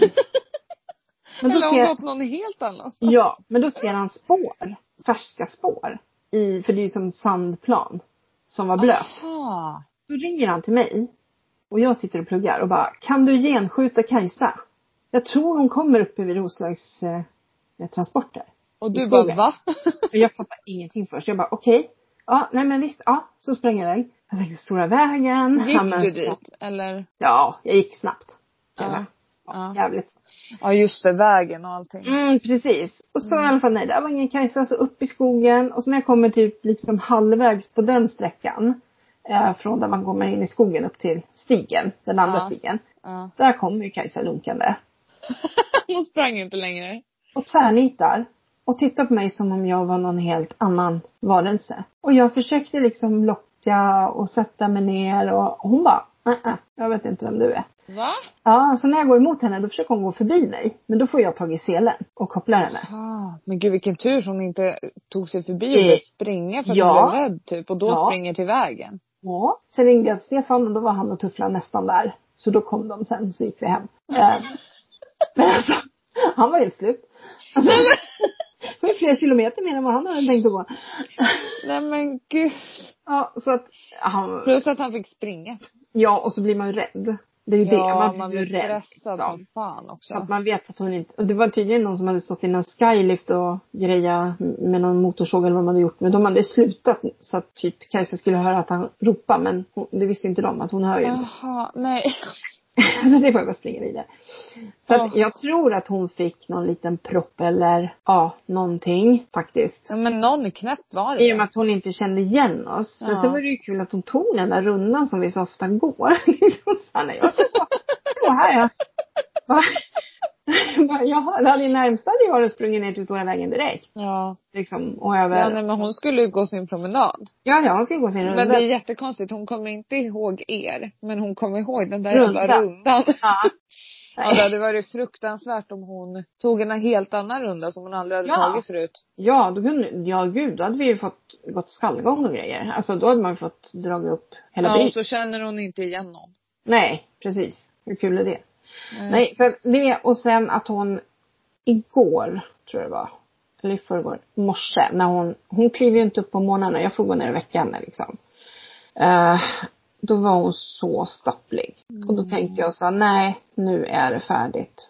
Speaker 1: Men då eller har hon gått någon helt annanstans.
Speaker 2: Ja, men då ser han spår. Färska spår. För det är ju som sandplan. Som var blöt.
Speaker 1: Aha.
Speaker 2: Då ringer han till mig. Och jag sitter och pluggar och bara, kan du genskjuta Kajsa? Jag tror hon kommer uppe vid Roslags transporter.
Speaker 1: Och du bara, va?
Speaker 2: Jag fattar ingenting först. Jag bara, okej. Ja, nej men visst. Ja, så sprang jag iväg. Jag tänkte, stora vägen.
Speaker 1: Gick du dit? Eller?
Speaker 2: Ja, jag gick snabbt.
Speaker 1: Ja.
Speaker 2: Jävligt.
Speaker 1: Ja, just det. Vägen och allting.
Speaker 2: Precis. Och så i alla fall, nej, där var ingen Kajsa. Så upp i skogen. Och så när jag kommer typ liksom halvvägs på den sträckan. Från där man kommer in i skogen upp till stigen. Den andra stigen. Där kommer ju Kajsa lunkande.
Speaker 1: Hon sprang inte längre.
Speaker 2: Och tvärnitar. Och tittar på mig som om jag var någon helt annan varelse. Och jag försökte liksom locka och sätta mig ner. Och hon bara, jag vet inte vem du är.
Speaker 1: Va?
Speaker 2: Ja, så när jag går emot henne då försöker hon gå förbi mig. Men då får jag tag i selen och kopplar henne.
Speaker 1: Men gud vilken tur som hon inte tog sig förbi och började springa för att hon blev rädd typ. Och då springer till vägen. Ja,
Speaker 2: sen ringde jag till Stefan och då var han och Tuffla nästan där. Så då kom de sen så gick vi hem. Men alltså, han var helt slut. Alltså, var flera kilometer mer än vad han hade tänkt på.
Speaker 1: Nej men gud.
Speaker 2: Ja, så att
Speaker 1: plus att han fick springa.
Speaker 2: Ja, och så blir man ju rädd. Det är ju
Speaker 1: ja,
Speaker 2: det. Man blir
Speaker 1: stressad som fan också.
Speaker 2: Så att man vet att hon inte... Och det var tydligen någon som hade stått i någon skylift och greja med någon motorsåg eller vad man hade gjort. Men de hade slutat så att typ Kajsa skulle höra att han ropade. Men det visste inte de att hon hör ju inte.
Speaker 1: Jaha, nej.
Speaker 2: Så det får jag bara springa vidare. Så att jag tror att hon fick någon liten propp eller någonting faktiskt.
Speaker 1: Ja, men någon knäppt var det.
Speaker 2: I och med att hon inte kände igen oss. Men sen var det ju kul att hon tog den där rundan som vi så ofta går. Så när jag så här. Ja, det hade ju närmsta hade varit sprungit ner till Stora vägen direkt.
Speaker 1: Ja.
Speaker 2: Liksom, och över.
Speaker 1: Ja, nej, men hon skulle ju gå sin promenad.
Speaker 2: Ja, hon skulle gå sin runda.
Speaker 1: Men det är jättekonstigt. Hon kommer inte ihåg er. Men hon kommer ihåg den där jävla rundan.
Speaker 2: Ja.
Speaker 1: Ja, det hade varit fruktansvärt om hon tog en helt annan runda som hon aldrig hade tagit förut.
Speaker 2: Ja, då hade vi ju fått gått skallgång och grejer. Alltså då hade man fått dra upp hela biten.
Speaker 1: Ja, och så känner hon inte igen någon.
Speaker 2: Nej, precis. Hur kul är det? Nej, för det och sen att hon igår, tror jag det var, eller i förrgår, morse, när hon kliver ju inte upp på morgonen, jag får gå ner i veckan liksom. Då var hon så stapplig. Och då tänkte jag så, nej, nu är det färdigt.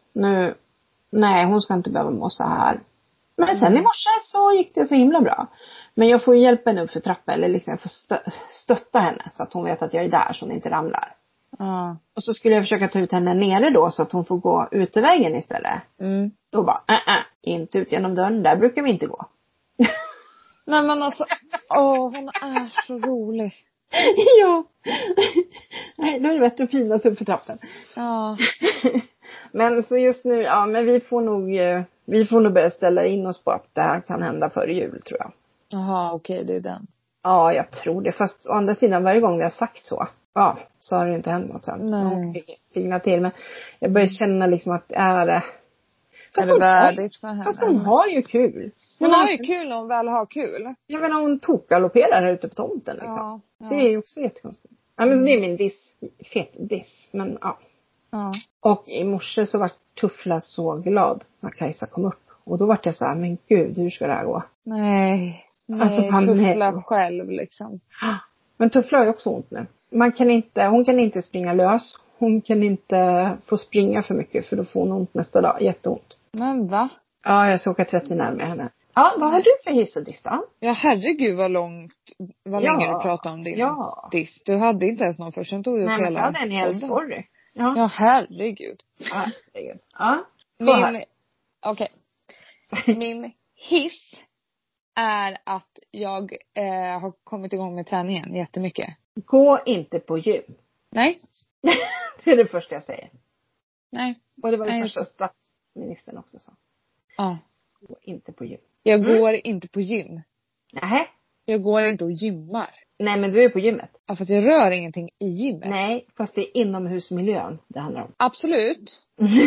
Speaker 2: Nej, hon ska inte behöva må så här. Men sen i morse så gick det så himla bra. Men jag får ju hjälpa henne upp för trappan, eller liksom jag får stötta henne så att hon vet att jag är där så hon inte ramlar. Och så skulle jag försöka ta ut henne nere då så att hon får gå utevägen istället. Då bara, inte ut genom dörren, där brukar vi inte gå.
Speaker 1: Nej men alltså, hon är så rolig.
Speaker 2: Ja. Nej, då är det bättre att pinas upp för trappen.
Speaker 1: Ja.
Speaker 2: Men så just nu, men vi får nog börja ställa in oss på att det här kan hända före jul, tror jag.
Speaker 1: Jaha, okej, det är den.
Speaker 2: Ja, jag tror det. Fast å andra sidan, varje gång vi har sagt så har det inte hänt något sen.
Speaker 1: Nej.
Speaker 2: Fingrar till, men jag börjar känna liksom att är det
Speaker 1: värdigt för henne?
Speaker 2: Fast hon har ju kul.
Speaker 1: Hon har ju kul när hon väl har kul.
Speaker 2: Jag menar, hon tokalloperar här ute på tomten liksom. Ja. Det är ju också jättekonstigt. Ja, men så det är min fet diss. Men ja. Och i morse så var Tuffla så glad när Kajsa kom upp. Och då var jag så här, men gud, hur ska det här gå?
Speaker 1: Nej, alltså, Tuffla själv liksom.
Speaker 2: Men Tuffla har ju också ont nu. Hon kan inte springa lös. Hon kan inte få springa för mycket för då får hon ont nästa dag. Jätteont.
Speaker 1: Men va?
Speaker 2: Ja, jag ska åka till veterinär med henne. Ja, vad har du för hiss och diss då?
Speaker 1: Ja, herregud vad länge du pratade om din diss. Du hade inte ens någon först. Sen tog du hela.
Speaker 2: Nej, men jag hade en hel story.
Speaker 1: Ja, herregud.
Speaker 2: Ja, herregud. Ja,
Speaker 1: okej. Min hiss är att jag har kommit igång med träningen jättemycket.
Speaker 2: Gå inte på gym.
Speaker 1: Nej.
Speaker 2: Det är det första jag säger.
Speaker 1: Nej.
Speaker 2: Och det var det första statsministern också sa.
Speaker 1: Ja.
Speaker 2: Gå inte på gym.
Speaker 1: Jag går inte på gym.
Speaker 2: Nej.
Speaker 1: Jag går inte och gymmar.
Speaker 2: Nej, men du är på gymmet.
Speaker 1: Ja, för att jag rör ingenting i gymmet.
Speaker 2: Nej, fast det är inomhusmiljön det handlar om.
Speaker 1: Absolut.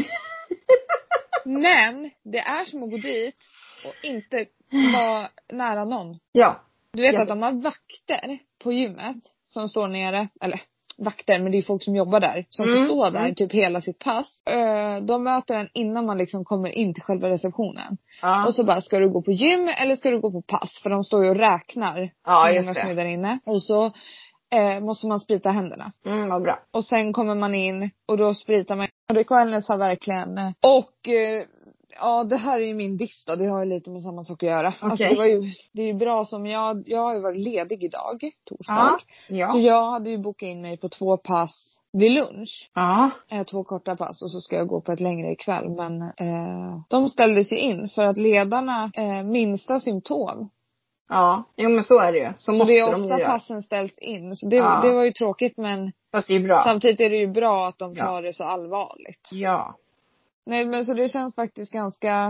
Speaker 1: Men det är som att gå dit och inte vara nära någon.
Speaker 2: Ja.
Speaker 1: Du vet att de har vakter på gymmet som står nere, eller vakter, men det är folk som jobbar där som får stå där typ hela sitt pass. De möter en innan man liksom kommer in till själva receptionen. Och så bara, ska du gå på gym eller ska du gå på pass? För de står ju och räknar hur många som är där inne. Och så måste man sprita händerna.
Speaker 2: Vad bra.
Speaker 1: Och sen kommer man in och då spritar man. Och det har verkligen. Och det här är ju min diss då. Det har ju lite med samma sak att göra.
Speaker 2: Okay.
Speaker 1: Alltså det är ju bra som jag har ju varit ledig idag, torsdag.
Speaker 2: Ja.
Speaker 1: Så jag hade ju bokat in mig på 2 pass vid lunch. 2 korta pass och så ska jag gå på ett längre ikväll. Men de ställde sig in för att ledarna minsta symptom.
Speaker 2: Ja, jo men så är det ju. Så måste
Speaker 1: det är ofta passen ställs in. Så det var ju tråkigt, men
Speaker 2: fast det är bra.
Speaker 1: Samtidigt är det ju bra att de tar det så allvarligt.
Speaker 2: Ja.
Speaker 1: Nej, men så det känns faktiskt ganska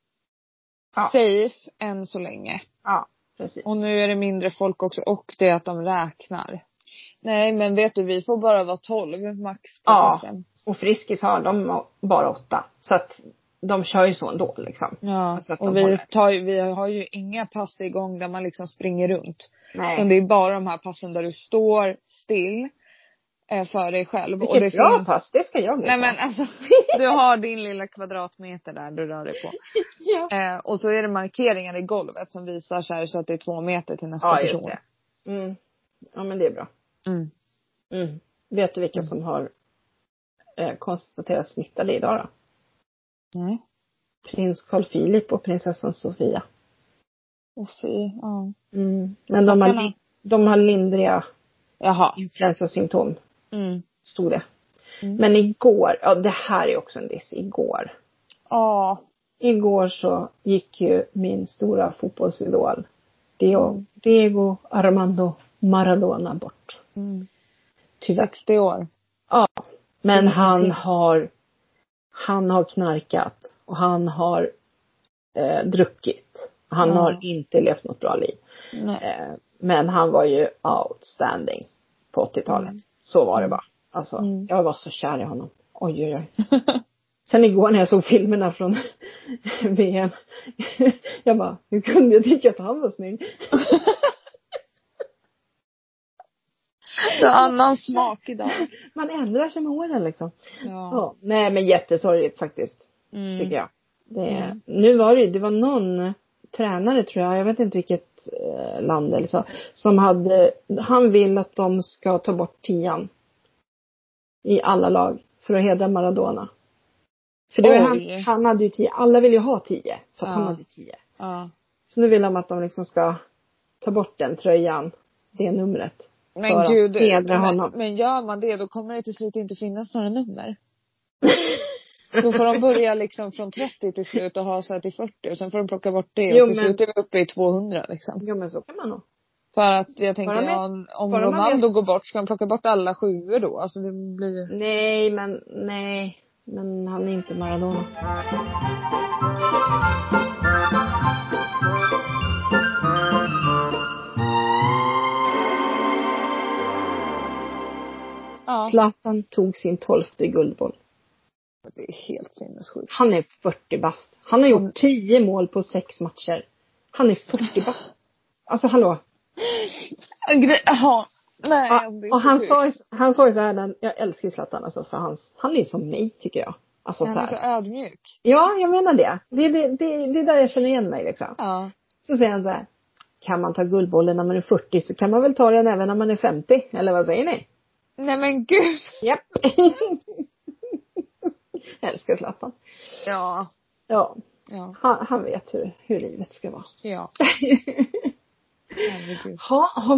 Speaker 1: safe än så länge.
Speaker 2: Ja, precis.
Speaker 1: Och nu är det mindre folk också. Och det är att de räknar. Nej, men vet du, vi får bara vara 12 max på passen.
Speaker 2: Och Friskis har de bara 8. Så att de kör ju så ändå liksom.
Speaker 1: Ja,
Speaker 2: så att
Speaker 1: och vi har ju inga pass igång där man liksom springer runt.
Speaker 2: Nej.
Speaker 1: Utan det är bara de här passen där du står still. för dig själv.
Speaker 2: Vilket
Speaker 1: och det
Speaker 2: bra pass, det ska jag gå
Speaker 1: Nej, men alltså, du har din lilla kvadratmeter där du rör dig på.
Speaker 2: Ja.
Speaker 1: Och så är det markeringar i golvet som visar så att det är 2 meter till nästa person.
Speaker 2: Just det. Ja, men det är bra. Vet du vilka som har konstaterats smittade idag då?
Speaker 1: Nej.
Speaker 2: Prins Carl Philip och prinsessan Sofia.
Speaker 1: Fy, ja.
Speaker 2: Men de har lindriga influensasymptom. Stod det. Men igår, det här är också en diss. Igår så gick ju min stora fotbollsidol Diego Armando Maradona bort.
Speaker 1: Tyvärr. 60 år.
Speaker 2: Ja, men han har knarkat och han har druckit. Han har inte levt något bra liv. Men han var ju outstanding på 80-talet. Så var det bara. Alltså, jag var så kär i honom. Oj. Sen igår när jag såg filmerna från VM. Jag bara, hur kunde jag tycka att han var snygg?
Speaker 1: Det är annan smak idag.
Speaker 2: Man ändrar sig med åren liksom. Nej, men jättesorgligt faktiskt. Tycker jag. Nu var det var någon tränare tror jag vet inte vilket land eller så. Som han vill att de ska ta bort 10 i alla lag. För att hedra Maradona. För det var han hade ju 10. Alla vill ju ha 10. För att han hade 10. Så nu vill de att de liksom ska ta bort den tröjan. Det numret.
Speaker 1: Men gud, men gör man det då kommer det till slut inte finnas några nummer. Då får de börja liksom från 30 till slut och ha så här till 40. Och sen får de plocka bort det och till slut är vi uppe i 200 liksom.
Speaker 2: Jo, men så kan man nog.
Speaker 1: För att jag tänker om Ronaldo går bort ska de plocka bort alla 7 då. Alltså det blir...
Speaker 2: Nej, men han är inte Maradona. Zlatan tog sin 12:e guldboll.
Speaker 1: Det är helt sinnessjukt.
Speaker 2: Han är 40 bast. Han har gjort 10 mål på 6 matcher. Han är 40 bast. Alltså hallå.
Speaker 1: Jaha. Nej,
Speaker 2: och han sa ju så här, jag älskar Zlatan alltså för han är som mig tycker jag. Alltså
Speaker 1: han är så ödmjuk.
Speaker 2: Ja, jag menar det. Det är där jag känner igen mig liksom.
Speaker 1: Ja.
Speaker 2: Så säger han så här, kan man ta guldbollen när man är 40 så kan man väl ta den även när man är 50, eller vad säger ni?
Speaker 1: Nej men gud.
Speaker 2: Japp. Jag älskar Zlatan.
Speaker 1: Ja.
Speaker 2: Han vet hur livet ska vara.
Speaker 1: Ja.
Speaker 2: Har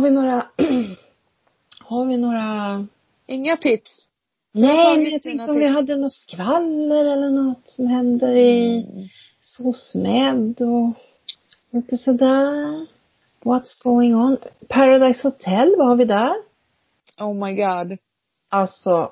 Speaker 2: vi några
Speaker 1: inga tips?
Speaker 2: Nej, men jag tänkte om vi hade något skvaller eller något som händer i SOSMED och lite sådär. What's going on? Paradise Hotel, vad har vi där?
Speaker 1: Oh my god.
Speaker 2: Alltså,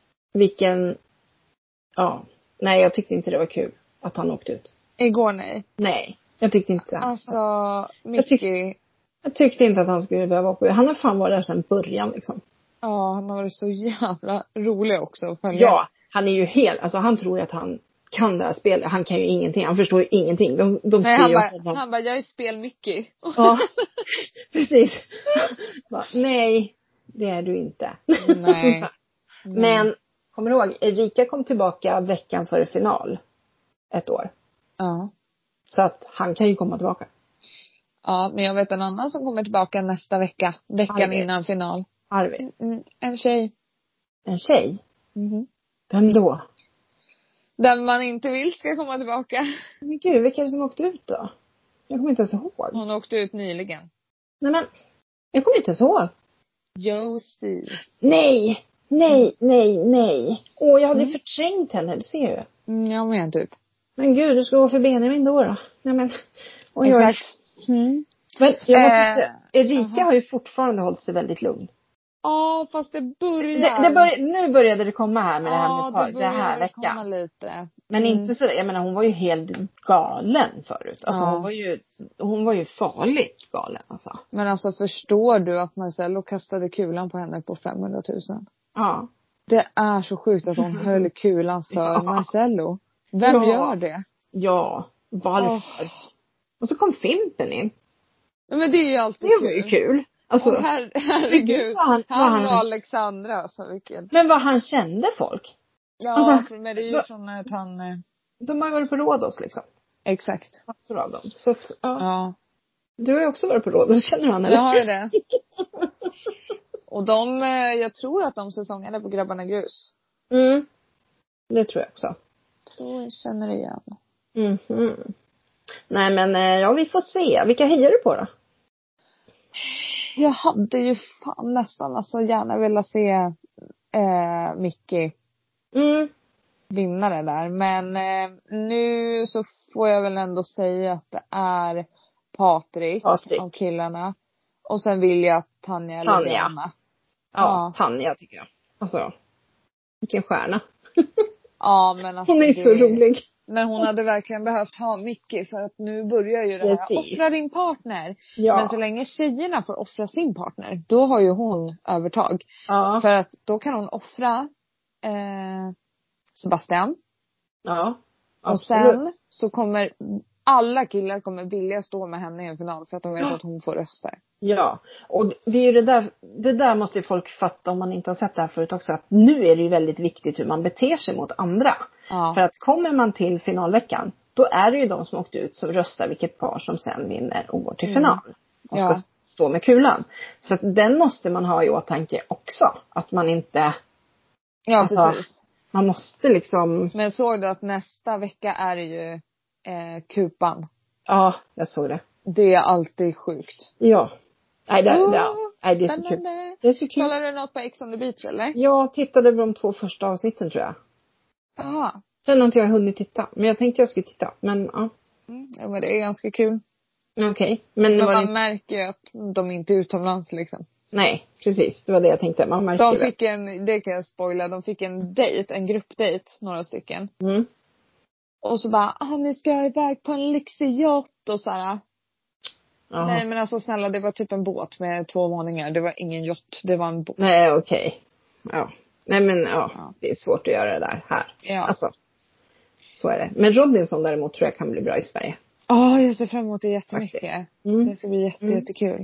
Speaker 2: nej, jag tyckte inte det var kul att han åkte ut.
Speaker 1: Igår, nej.
Speaker 2: Nej, jag tyckte inte.
Speaker 1: Alltså, Mickey.
Speaker 2: Jag tyckte inte att han skulle behöva åka ut. Han har fan varit där sedan början liksom.
Speaker 1: Ja, han har varit så jävla rolig också.
Speaker 2: Ja, han är ju helt, alltså han tror ju att han kan det här spelet. Han kan ju ingenting, han förstår ju ingenting.
Speaker 1: Han bara, jag är spel Mickey.
Speaker 2: Ja, precis. Nej, det är du inte.
Speaker 1: Nej.
Speaker 2: Men, kommer du ihåg, Erika kom tillbaka veckan före final. 1 år.
Speaker 1: Ja.
Speaker 2: Så att han kan ju komma tillbaka.
Speaker 1: Ja, men jag vet en annan som kommer tillbaka nästa vecka. Veckan innan final.
Speaker 2: Arvid.
Speaker 1: En tjej.
Speaker 2: En tjej? Vem då?
Speaker 1: Den man inte vill ska komma tillbaka.
Speaker 2: Men gud, vilka är det som åkte ut då? Jag kommer inte ens ihåg.
Speaker 1: Hon åkte ut nyligen.
Speaker 2: Nej men, jag kommer inte ens ihåg.
Speaker 1: Josie.
Speaker 2: Nej. Jag hade förträngt henne, du ser ju.
Speaker 1: Jag menar typ.
Speaker 2: Men gud, du ska gå för Benjamin då. Nej men,
Speaker 1: exakt.
Speaker 2: Men jag måste säga, Erika har ju fortfarande hållit sig väldigt lugn.
Speaker 1: Ja, fast det börjar.
Speaker 2: Nu började det komma här med det här med
Speaker 1: det här veckan. Lite.
Speaker 2: Men inte så, jag menar hon var ju helt galen förut. Alltså hon var ju farligt galen alltså.
Speaker 1: Men alltså förstår du att Marcello kastade kulan på henne på 500 000?
Speaker 2: Ja.
Speaker 1: Det är så sjukt att hon höll kulan för Marcello. Vem gör det?
Speaker 2: Ja, varför? Och så kom Fimpen in.
Speaker 1: Men det är ju alltid
Speaker 2: kul. Det var ju kul. Alltså,
Speaker 1: herregud. Han och Alexandra. Alltså, vilken...
Speaker 2: Men vad han kände folk.
Speaker 1: Ja, alltså, men det är ju som att han...
Speaker 2: De har varit på Rhodos liksom.
Speaker 1: Exakt.
Speaker 2: Massor av dem. Så att, ja. Du har ju också varit på Rhodos, känner han eller?
Speaker 1: Jag har ju det. Och jag tror att de säsongerna på Grabbarna Grus.
Speaker 2: Det tror jag också.
Speaker 1: Så känner det igen.
Speaker 2: Nej men, vi får se. Vilka hejar du på då?
Speaker 1: Jag hade ju fan nästan alltså gärna velat se Mickey vinnare där. Men nu så får jag väl ändå säga att det är Patrik. Av killarna. Och sen vill jag att Tanja eller Lena.
Speaker 2: Ja, Tanja tycker jag. Alltså, vilken stjärna.
Speaker 1: Ja, men alltså
Speaker 2: hon är så rolig.
Speaker 1: Men hon hade verkligen behövt ha mycket. För att nu börjar ju det här. Offra din partner. Ja. Men så länge tjejerna får offra sin partner. Då har ju hon övertag. Ja. För att då kan hon offra Sebastian.
Speaker 2: Ja.
Speaker 1: Och sen så kommer alla killar kommer vilja stå med henne i en final. För att de vet att hon får röster.
Speaker 2: Ja, och det är ju det där måste ju folk fatta om man inte har sett det här förut också. Att nu är det ju väldigt viktigt hur man beter sig mot andra. Ja. För att kommer man till finalveckan, då är det ju de som åkt ut som röstar vilket par som sen vinner och går till final. Och ska stå med kulan. Så att den måste man ha i åtanke också. Att man inte...
Speaker 1: Ja, precis.
Speaker 2: Man måste liksom...
Speaker 1: Men såg du att nästa vecka är det ju kupan?
Speaker 2: Ja, jag såg det.
Speaker 1: Det är alltid sjukt.
Speaker 2: Ja. Nej, det är så kul. Det är så kul.
Speaker 1: Kollar du något på Ex on the Beach eller?
Speaker 2: Jag tittade på de 2 första avsnitten tror jag.
Speaker 1: Aha.
Speaker 2: Sen har inte jag hunnit titta. Men jag tänkte jag skulle titta. Men ja.
Speaker 1: Ja, men det är ganska kul.
Speaker 2: Okej. Men
Speaker 1: man märker ju att de inte är utomlands liksom.
Speaker 2: Nej, precis. Det var det jag tänkte. Man märker
Speaker 1: de fick det kan jag spoila. De fick en gruppdate, några stycken. Och så bara, ni ska iväg på en lyxig yacht och så här. Aha. Nej men alltså snälla, det var typ en båt med 2 våningar. Det var ingen yacht, det var en båt.
Speaker 2: Nej, okej. Ja. Nej men det är svårt att göra det där här. Ja. Alltså, så är det. Men Robinson däremot tror jag kan bli bra i Sverige.
Speaker 1: Ja, jag ser fram emot det jättemycket. Det ska bli jättekul.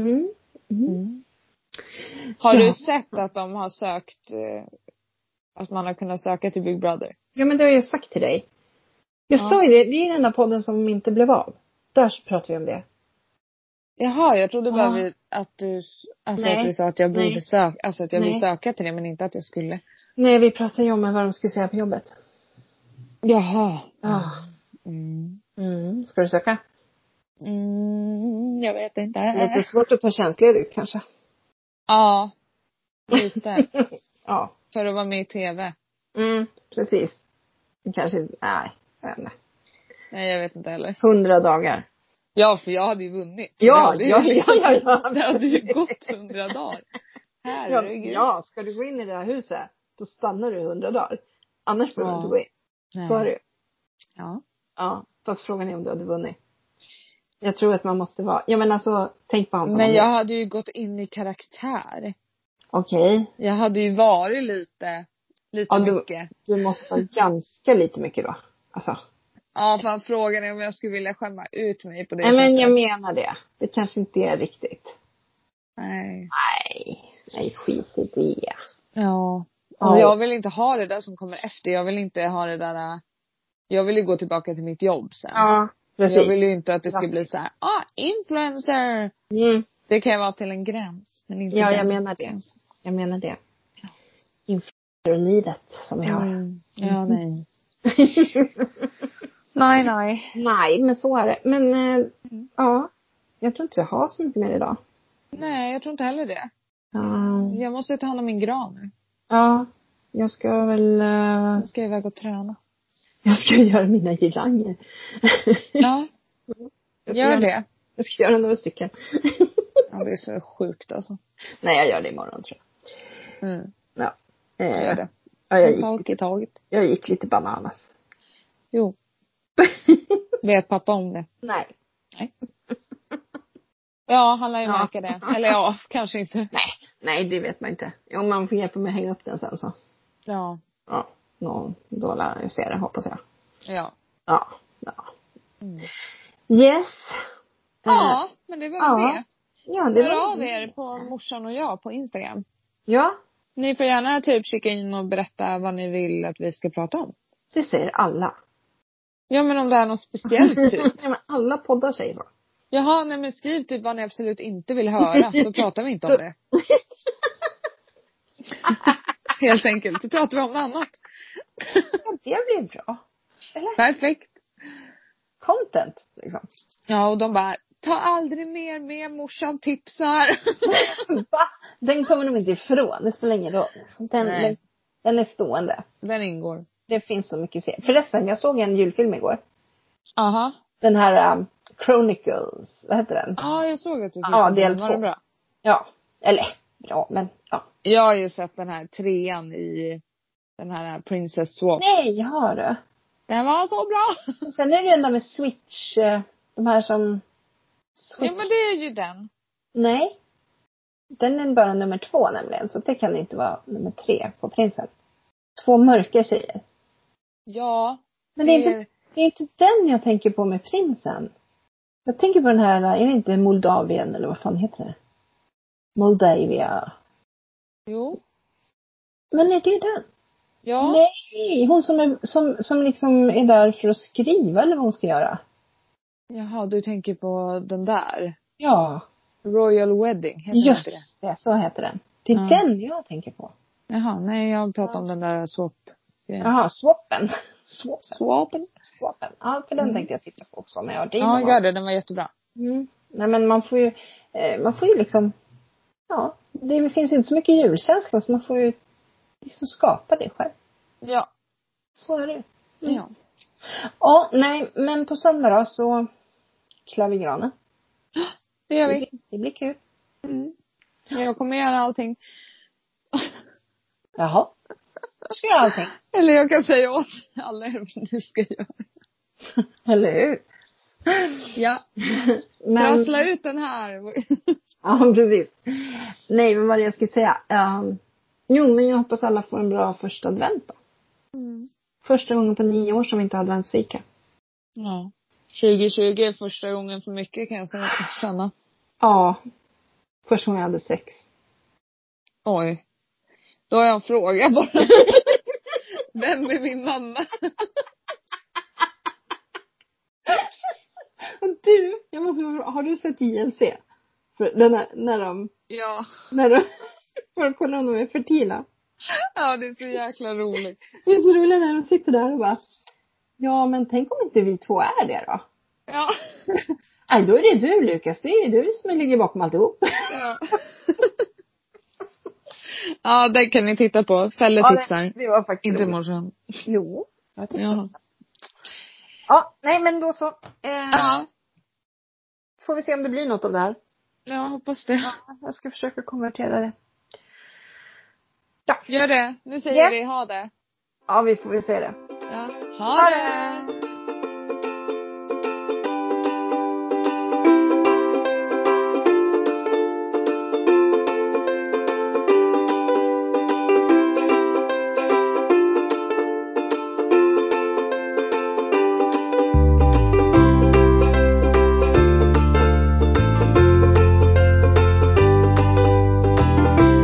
Speaker 1: Har du sett att de har sökt, att man har kunnat söka till Big Brother?
Speaker 2: Ja men det har jag sagt till dig. Jag sa ju det, det är den där podden som inte blev av. Där så pratar vi om det.
Speaker 1: Jaha, jag trodde bara att du, alltså att vi sa att jag borde söka, alltså att jag vill söka till det men inte att jag skulle.
Speaker 2: Nej, vi pratade ju om vad de skulle säga på jobbet.
Speaker 1: Jaha.
Speaker 2: Ska du söka?
Speaker 1: Jag vet inte.
Speaker 2: Lite svårt att ta känsledigt kanske.
Speaker 1: Ja, lite.
Speaker 2: Ja.
Speaker 1: För att vara med i tv.
Speaker 2: Precis. Kanske, nej, jag vet inte.
Speaker 1: Nej, jag vet inte heller.
Speaker 2: 100 dagar.
Speaker 1: Ja, för jag hade ju vunnit.
Speaker 2: Ja.
Speaker 1: Det hade ju gått 100 dagar. Herregud.
Speaker 2: Ja, ska du gå in i det här huset, då stannar du 100 dagar. Annars får du inte gå in. Nej. Så är det.
Speaker 1: Ja.
Speaker 2: Ja, fast frågan är om du hade vunnit. Jag tror att man måste vara, ja men alltså, tänk på han som.
Speaker 1: Men jag hade ju gått in i karaktär.
Speaker 2: Okej.
Speaker 1: Jag hade ju varit lite mycket.
Speaker 2: Du måste vara ganska lite mycket då. Alltså.
Speaker 1: Ja, för frågan är om jag skulle vilja skämma ut mig på det.
Speaker 2: Nej, men jag menar det. Det kanske inte är riktigt.
Speaker 1: Nej,
Speaker 2: skit i det.
Speaker 1: Ja. Och jag vill inte ha det där som kommer efter. Jag vill inte ha det där. Jag vill ju gå tillbaka till mitt jobb sen.
Speaker 2: Ja, precis.
Speaker 1: Jag vill ju inte att det ska bli så här. Influencer. Det kan vara till en gräns. Men inte
Speaker 2: jag menar det. Jag menar det. Influencer-livet som vi har.
Speaker 1: Ja, nej. Nej,
Speaker 2: men så är det. Men jag tror inte vi har så mycket mer idag.
Speaker 1: Nej, jag tror inte heller det. Jag måste ta hand om min gran nu.
Speaker 2: Ja, jag ska väl...
Speaker 1: Jag ska iväg och träna.
Speaker 2: Jag ska göra mina giranger.
Speaker 1: Ja, gör det.
Speaker 2: Jag ska göra några stycken.
Speaker 1: Ja, det är så sjukt alltså.
Speaker 2: Nej, jag gör det imorgon tror jag. Ja.
Speaker 1: Gör det.
Speaker 2: Ja, jag gick lite bananas.
Speaker 1: Jo. Vet pappa om det?
Speaker 2: Nej.
Speaker 1: Ja, han lär ju märka det. Eller kanske inte.
Speaker 2: Nej, det vet man inte. Om man får hjälpa mig att hänga upp den sen så.
Speaker 1: Ja.
Speaker 2: Ja, då lär jag se det, hoppas jag.
Speaker 1: Ja.
Speaker 2: Yes.
Speaker 1: Ja, men det var det. Ja, det hör av er på morsan och jag på Instagram.
Speaker 2: Ja.
Speaker 1: Ni får gärna typ skicka in och berätta vad ni vill att vi ska prata om.
Speaker 2: Det säger alla.
Speaker 1: Ja, men om det är något speciellt typ.
Speaker 2: Ja, men alla poddar säger så.
Speaker 1: Jaha, nej men skriv typ vad ni absolut inte vill höra. Så pratar vi inte om det. Helt enkelt. Så pratar vi om något annat.
Speaker 2: Ja, det blir bra.
Speaker 1: Eller? Perfekt.
Speaker 2: Content, liksom.
Speaker 1: Ja, och de bara, ta aldrig mer med morsan tipsar.
Speaker 2: Va? Den kommer de inte ifrån. Det spelar ingen roll. Den är stående.
Speaker 1: Den ingår.
Speaker 2: Det finns så mycket se. Förresten, jag såg en julfilm igår.
Speaker 1: Aha.
Speaker 2: Den här Chronicles, vad heter den?
Speaker 1: Ja, jag såg att du fick
Speaker 2: den. Del 2.
Speaker 1: Var den bra?
Speaker 2: Ja, eller bra, men ja.
Speaker 1: Jag har ju sett den här 3:an i den här Princess Swap.
Speaker 2: Nej, jag har det.
Speaker 1: Den var så bra.
Speaker 2: Och sen är det den där med Switch, de här som...
Speaker 1: Switch. Ja, men det är ju den.
Speaker 2: Nej. Den är bara nummer 2 nämligen, så det kan inte vara nummer 3 på prinsen. 2 mörka tjejer.
Speaker 1: Ja.
Speaker 2: Men det är inte den jag tänker på med prinsen. Jag tänker på den här, är det inte Moldavien eller vad fan heter det? Moldavia.
Speaker 1: Jo.
Speaker 2: Men är det den?
Speaker 1: Ja.
Speaker 2: Nej, hon som liksom är där för att skriva eller vad hon ska göra.
Speaker 1: Jaha, du tänker på den där?
Speaker 2: Ja.
Speaker 1: Royal Wedding, heter
Speaker 2: just
Speaker 1: det?
Speaker 2: Så heter den. Det är den jag tänker på.
Speaker 1: Jaha, nej jag pratar om den där swap.
Speaker 2: Jaha, swappen.
Speaker 1: Swappen.
Speaker 2: Ja, för den tänkte jag titta på också. Men
Speaker 1: ja, gör det. Den var jättebra.
Speaker 2: Mm. Nej, men man får ju liksom, ja, det finns ju inte så mycket julkänsla, så man får ju liksom skapa det själv.
Speaker 1: Ja.
Speaker 2: Så är det.
Speaker 1: Ja.
Speaker 2: Ja, nej, men på söndag då så klär vi granen.
Speaker 1: Det gör vi.
Speaker 2: Det blir kul.
Speaker 1: Mm. Jag kommer göra allting.
Speaker 2: Jaha. Jag ska göra allting.
Speaker 1: Eller jag kan säga åt alla vad du ska göra.
Speaker 2: Eller hur?
Speaker 1: Ja. Men... Trassla ut den här.
Speaker 2: Ja, precis. Nej, men vad jag ska säga. Jo, men jag hoppas alla får en bra första advent då.
Speaker 1: Mm.
Speaker 2: Första gången på 9 år som vi inte hade adventsfika.
Speaker 1: Ja. 2020 är första gången för mycket kan jag känna.
Speaker 2: Ja. Första gången jag hade sex.
Speaker 1: Oj. Då har jag en fråga bara. Vem är min mamma?
Speaker 2: Du, jag måste fråga, har du sett JLC? För när de...
Speaker 1: Ja.
Speaker 2: För att kolla om de är fertila.
Speaker 1: Ja, det är så jäkla roligt.
Speaker 2: Det är så roligt när de sitter där och bara... Ja, men tänk om inte vi två är det då?
Speaker 1: Ja.
Speaker 2: Nej, då är det du, Lukas. Det är du som ligger bakom alltihop.
Speaker 1: Ja. Ja, det kan ni titta på. Fälletipsar.
Speaker 2: Ja, det var faktiskt
Speaker 1: inte morsan.
Speaker 2: Jo, jag tycker så. Ja, nej men då så.
Speaker 1: Ja.
Speaker 2: Får vi se om det blir något av det här.
Speaker 1: Ja, hoppas det.
Speaker 2: Ja, jag ska försöka konvertera det.
Speaker 1: Ja. Gör det. Nu säger vi ha det.
Speaker 2: Ja, vi får se det.
Speaker 1: Ja. Ha det.